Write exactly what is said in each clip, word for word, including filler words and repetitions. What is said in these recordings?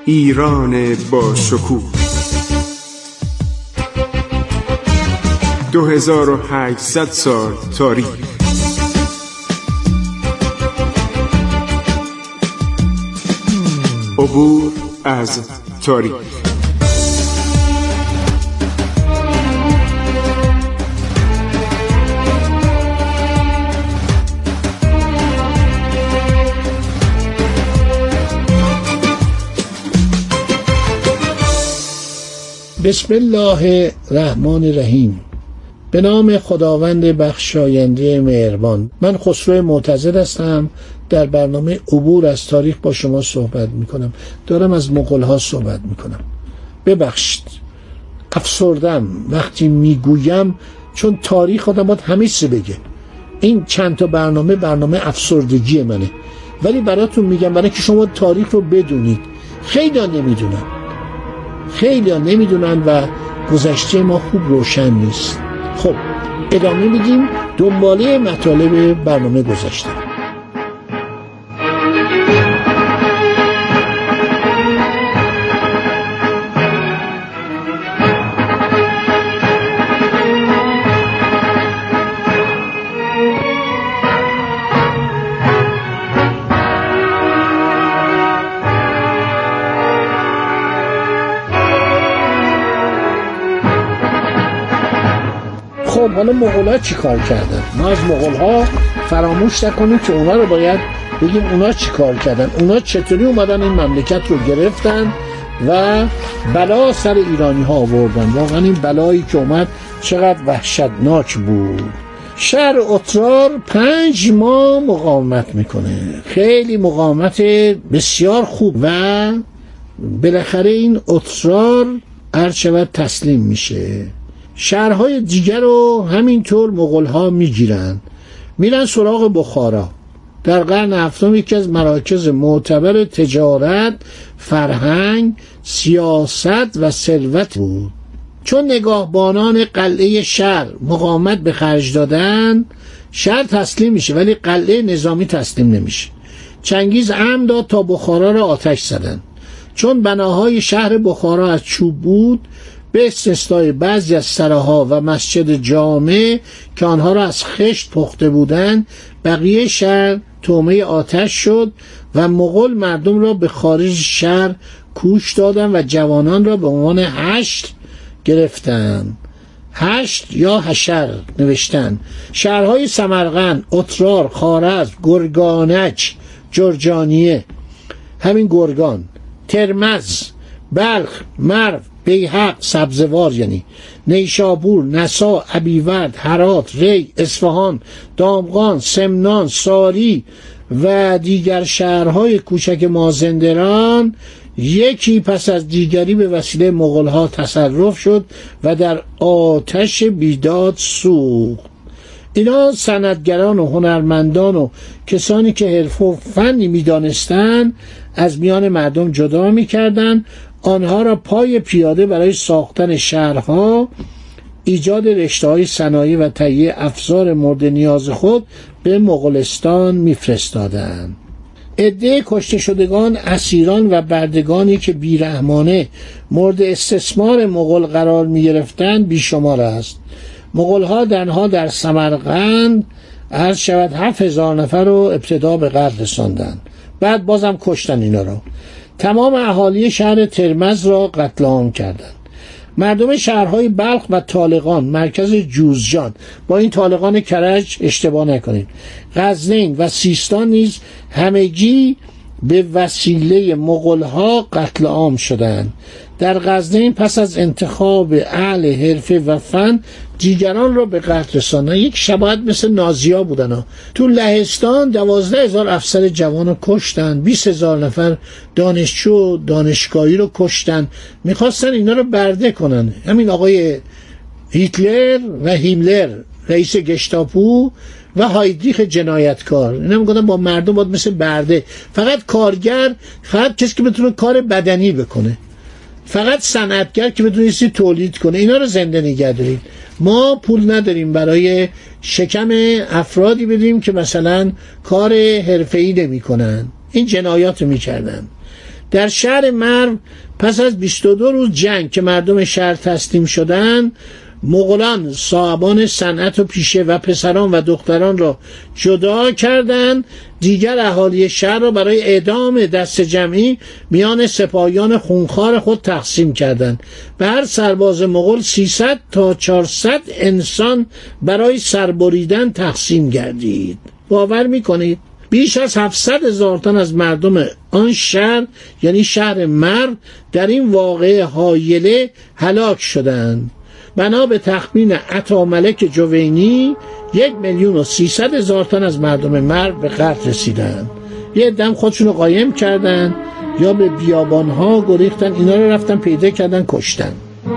ایران با شکوه دو هزار و هشتصد سال تاریخ. عبور از تاریخ. بسم الله الرحمن الرحیم. به نام خداوند بخشاینده مهربان. من خسرو معتزد هستم. در برنامه عبور از تاریخ با شما صحبت میکنم. دارم از مغول‌ها صحبت میکنم. ببخشید افسردم وقتی میگویم، چون تاریخ آدم باید همه چیز بگه. این چند تا برنامه برنامه افسردگی منه، ولی براتون میگم برای که شما تاریخ رو بدونید. خیلی ها نمیدونن خیلی ها نمیدونن و گذشته ما خوب روشن نیست. خب ادامه میدیم دنباله مطالب برنامه گذشته. خب حالا مغول‌ها چی کار کردن؟ ما از مغول‌ها فراموش نکنیم که اونا رو باید بگیم اونا چی کار کردن. اونا چطوری اومدن این مملکت رو گرفتن و بلا سر ایرانی ها آوردن. واقعا این بلایی که اومد چقدر وحشتناک بود. شهر اترار پنج ماه مقاومت میکنه، خیلی مقاومت بسیار خوب، و بالاخره این اترار عرض شود تسلیم میشه. شهرهای دیگر رو همینطور مغول‌ها میگیرن، میرن سراغ بخارا. در قرن هفتم یکی از مراکز معتبر تجارت، فرهنگ، سیاست و ثروت بود. چون نگاهبانان قلعه شهر مقاومت به خرج دادن، شهر تسلیم میشه ولی قلعه نظامی تسلیم نمیشه. چنگیز امر داد تا بخارا را آتش زدن. چون بناهای شهر بخارا از چوب بود، به استثنای بعضی از سراها و مسجد جامع که آنها را از خشت پخته بودند، بقیه شهر طعمه آتش شد و مغول مردم را به خارج شهر کوچ دادند و جوانان را به عنوان هشت گرفتند. هشت یا حشر نوشتن. شهرهای سمرقند، اترار، خوارزم، گرگانج، جرجانیه، همین گرگان، ترمز، بلخ، مرو، بیهق، سبزوار یعنی نیشابور، نسا، ابیورد، هرات، ری، اصفهان، دامغان، سمنان، ساری و دیگر شهرهای کوچک مازندران یکی پس از دیگری به وسیله مغول‌ها تصرف شد و در آتش بیداد سوخت. اینا صنعتگران و هنرمندان و کسانی که حرفه و فنی می‌دانستند از میان مردم جدا می‌کردند. آنها را پای پیاده برای ساختن شهرها، ایجاد رشته‌های صنایع و تهیه افزار مورد نیاز خود به مغولستان می‌فرستادند. عده کشته شدگان، اسیران و بردگانی که بیرحمانه مورد استثمار مغول قرار می‌گرفتند بیشمار است. مغول‌ها دنها در سمرقند عرض شود هفت هزار نفر رو ابتدا به قتل رساندند، بعد بازم کشتن اینا رو. تمام اهالی شهر ترمز را قتل عام کردند. مردم شهرهای بلخ و طالقان، مرکز جوزجان، با این طالقان کرج اشتباه نکنید، غزنین و سیستان نیز همگی به وسیله مغول‌ها قتل عام شدند. در غزنین پس از انتخاب اهل حرفه و فن دیگران را به قتل رساندند. یک شباهت مثل نازی‌ها بودن ها. تو لهستان دوازده هزار افسر جوان رو کشتن، بیست هزار نفر دانشجو دانشگاهی رو کشتن. میخواستن اینا رو برده کنن. همین آقای هیتلر و هیملر رئیس گشتاپو و هایدریخ جنایتکار، اینا میگن با مردم باید مثل برده، فقط کارگر، فقط کسی که بتونه کار بدنی بکنه، فقط صنعتگر که بتونه چیزی تولید کنه، اینا رو زنده نگه دارید. ما پول نداریم برای شکم افرادی بدیم که مثلا کار حرفه‌ای نمی‌کنن. این جنایات رو می‌کردن. در شهر مرو پس از بیست و دو روز جنگ که مردم شهر تسلیم شدند، مغولان صاحبان صنعت و پیشه و پسران و دختران را جدا کردند. دیگر اهالی شهر را برای اعدام دست جمعی میان سپاهیان خونخوار خود تقسیم کردند. به هر سرباز مغول سیصد تا چهارصد انسان برای سربریدن تقسیم گردید. باور میکنید بیش از هفتصد هزار تن از مردم آن شهر، یعنی شهر مرو، در این واقعه هایله هلاک شدند. بنا به تخمین عطاملک جوینی یک میلیون و سیصد هزار تن از مردم مرو به قتل رسیدند. یه دم خودشون رو قایم کردن یا به بیابانها گریختن، اینا رو رفتن پیدا کردن کشتن.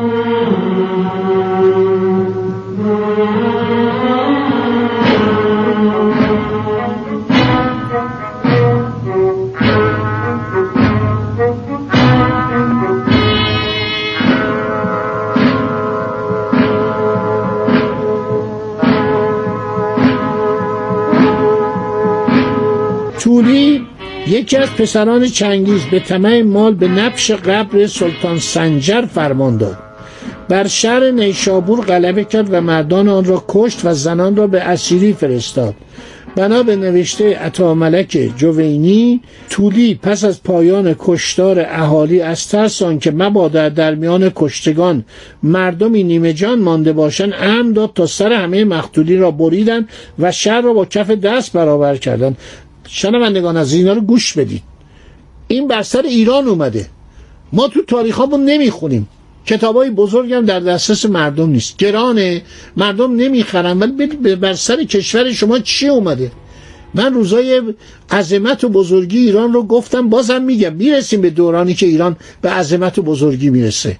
تولی یکی از پسران چنگیز به طمع مال به نبش قبر سلطان سنجر فرمان داد. بر شهر نیشابور غلبه کرد و مردان آن را کشت و زنان را به اسیری فرستاد. بنا به نوشته عطاملک جوینی، تولی پس از پایان کشتار اهالی از ترس آنکه مبادا در میان کشتگان مردمی نیمه جان مانده باشند، امر داد تا سر همه مقتولین را بریدند و شهر را با کف دست برابر کردند. شنوندگان از اینا رو گوش بدید. این بر سر ایران اومده. ما تو تاریخامون نمیخونیم. کتابای بزرگ هم در دسترس مردم نیست. گرانه، مردم نمیخرن. ولی بر سر کشور شما چی اومده؟ من روزای عظمت و بزرگی ایران رو گفتم، بازم میگم میرسیم به دورانی که ایران به عظمت و بزرگی میرسه.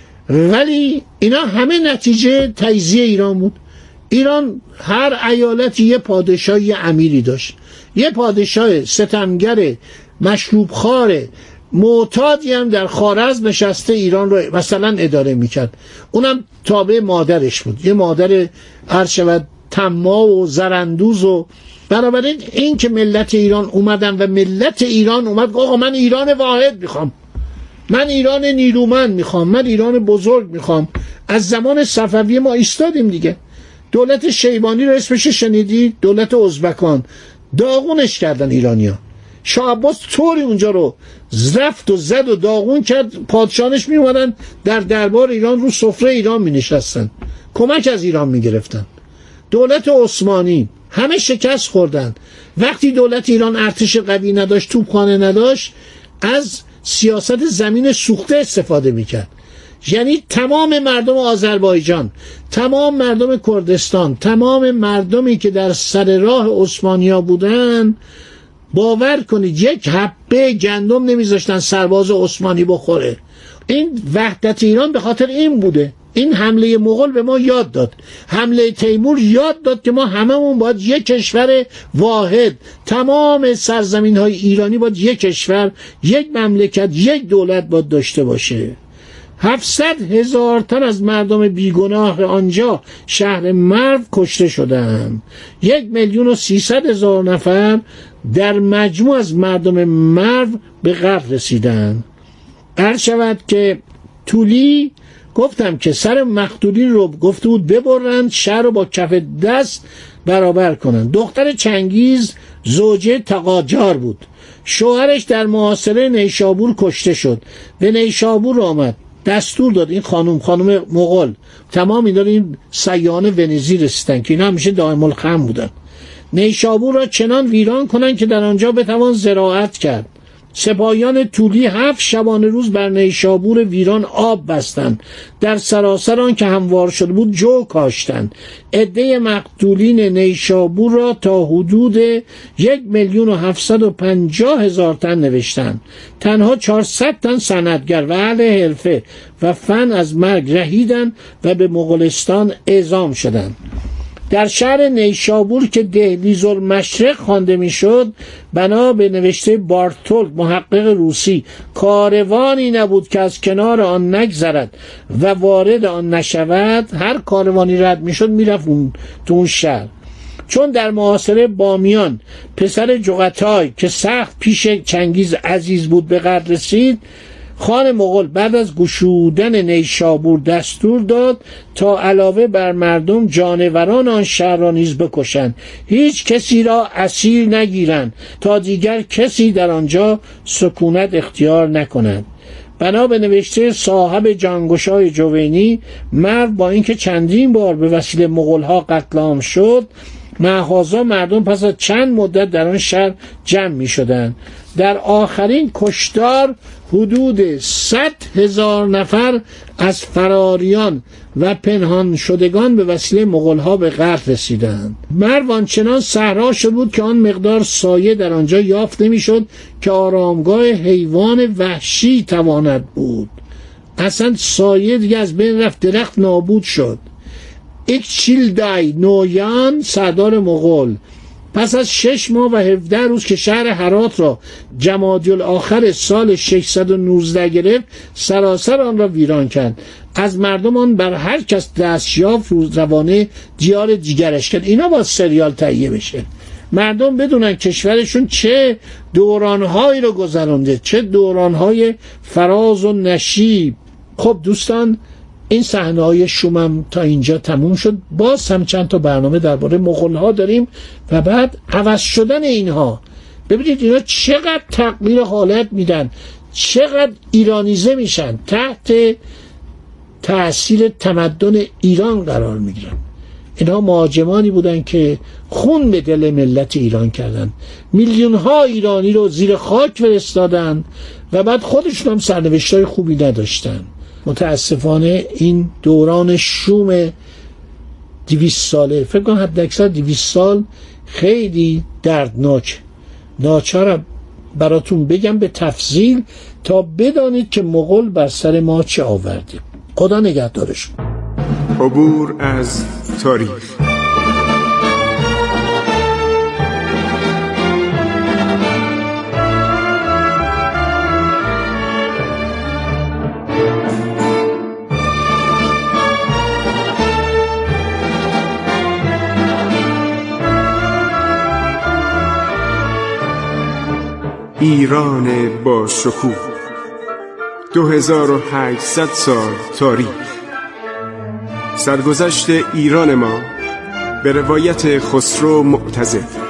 ولی اینا همه نتیجه تجزیه ایران بود. ایران هر ایالتی یه پادشاه، یه امیری داشت. یه پادشاه ستمگر مشروبخوار معتادی هم در خوارزم نشسته ایران رو مثلا اداره میکرد. اونم تابع مادرش بود، یه مادر هر شود طماع و زرندوز. و بنابراین این که ملت ایران اومدن و ملت ایران اومد گفت آقا من ایران واحد میخوام، من ایران نیرومند میخوام، من ایران بزرگ میخوام. از زمان صفوی ما ایستادیم دیگه. دولت شیبانی رو اسمش شنیدی؟ دولت ازبکان داغونش کردن ایرانیا. شاه عباس طوری اونجا رو رفت و زد و داغون کرد، پادشاهانش می اومدن در دربار ایران رو سفره ایران می نشستن، کمک از ایران می گرفتن. دولت عثمانی همه شکست خوردن. وقتی دولت ایران ارتش قوی نداشت، توپخانه نداشت، از سیاست زمین سوخته استفاده می کرد. یعنی تمام مردم آذربایجان، تمام مردم کردستان، تمام مردمی که در سر راه عثمانیا بودن، باور کنید یک حبه گندم نمیذاشتن سرباز عثمانی بخوره. این وحدت ایران به خاطر این بوده. این حمله مغول به ما یاد داد، حمله تیمور یاد داد که ما هممون باید یک کشور واحد، تمام سرزمین های ایرانی باید یک کشور، یک مملکت، یک دولت باید داشته باشه. هفتصد هزار تن از مردم بیگناه آنجا شهر مرو کشته شدند. یک میلیون و سیصد هزار نفر در مجموع از مردم مرو به قتل رسیدند. عرض شود که تولی گفتم که سر مقتولین رو گفته بود ببرند، شهر رو با کف دست برابر کنند. دختر چنگیز زوجه تقاجار بود. شوهرش در محاصره نیشابور کشته شد. به نیشابور آمد، دستور داد این خانم خانم مغول تمامی داره این سیان ونیزی رسیدن که اینا همیشه دائم الخم بودن، نیشابور را چنان ویران کنن که در آنجا بتوان زراعت کرد. سپاهیان تولی هفت شبانه روز بر نیشابور ویران آب بستند، در سراسر آن که هموار شده بود جو کاشتند. عده مقتولین نیشابور را تا حدود یک میلیون و هفتصد و پنجاه هزار تن نوشتند. تنها چهارصد تن صنعتگر و اهل حرفه و فن از مرگ رهیدند و به مغولستان اعزام شدند. در شهر نیشابور که دهلیز المشرق خوانده میشد، بنا به نوشته بارتولد محقق روسی، کاروانی نبود که از کنار آن نگذرد و وارد آن نشود. هر کاروانی رد میشد میرفت اون تو اون شهر. چون در محاصره بامیان پسر جغتای که سخت پیش چنگیز عزیز بود به قتل رسید، خان مغول بعد از گشودن نیشابور دستور داد تا علاوه بر مردم جانوران آن شهر را نیز بکشند، هیچ کسی را اسیر نگیرند تا دیگر کسی در آنجا سکونت اختیار نکند. بنا به نوشته صاحب جانگشای جوینی، مرد با اینکه چندین بار به وسیله مغول‌ها قتل عام شد، معهازا مردم پس از چند مدت در آن شهر جمع می شدند. در آخرین کشتار حدود صد هزار نفر از فراریان و پنهان شدگان به وسیله مغول‌ها به قتل رسیدند. مرو آنچنان صحرا شد بود که آن مقدار سایه در آنجا یافت نمی‌شد که آرامگاه حیوان وحشی تواند بود. اصلا سایه دیگه از بین رفت، درخت نابود شد. اکچیلدای نویان سردار مغول پس از شش ماه و هفده روز که شهر هرات را جمادی الاخر سال ششصد و نوزده گرفت، سراسر آن را ویران کرد. از مردم آن بر هر کس دست یافت روز روانه دیار دیگرش کرد. اینا با سریال تهیه بشه، مردم بدونن کشورشون چه دورانهایی رو گذرانده، چه دورانهای فراز و نشیب. خب دوستان، این صحنه‌های شومم تا اینجا تموم شد. باز هم چند تا برنامه درباره مغول‌ها داریم و بعد عوض شدن اینها. ببینید اینا چقدر تغییر حالت میدن، چقدر ایرانیزه میشن، تحت تأثیر تمدن ایران قرار میگیرن. اینها مهاجمانی بودن که خون به دل ملت ایران کردن، میلیون ها ایرانی رو زیر خاک فرستادن و بعد خودشون هم سرنوشتای خوبی نداشتن. متاسفانه این دوران شوم دویست ساله، فکر کنم حد اکثر دویست سال، خیلی دردناک. ناچارم براتون بگم به تفصیل تا بدانید که مغول بر سر ما چه آورده. خدا نگهدارشون. عبور از تاریخ. ایران با شکوه، دو هزار و هشتصد سال تاریخ. سرگذشت ایران ما به روایت خسرو معتضد.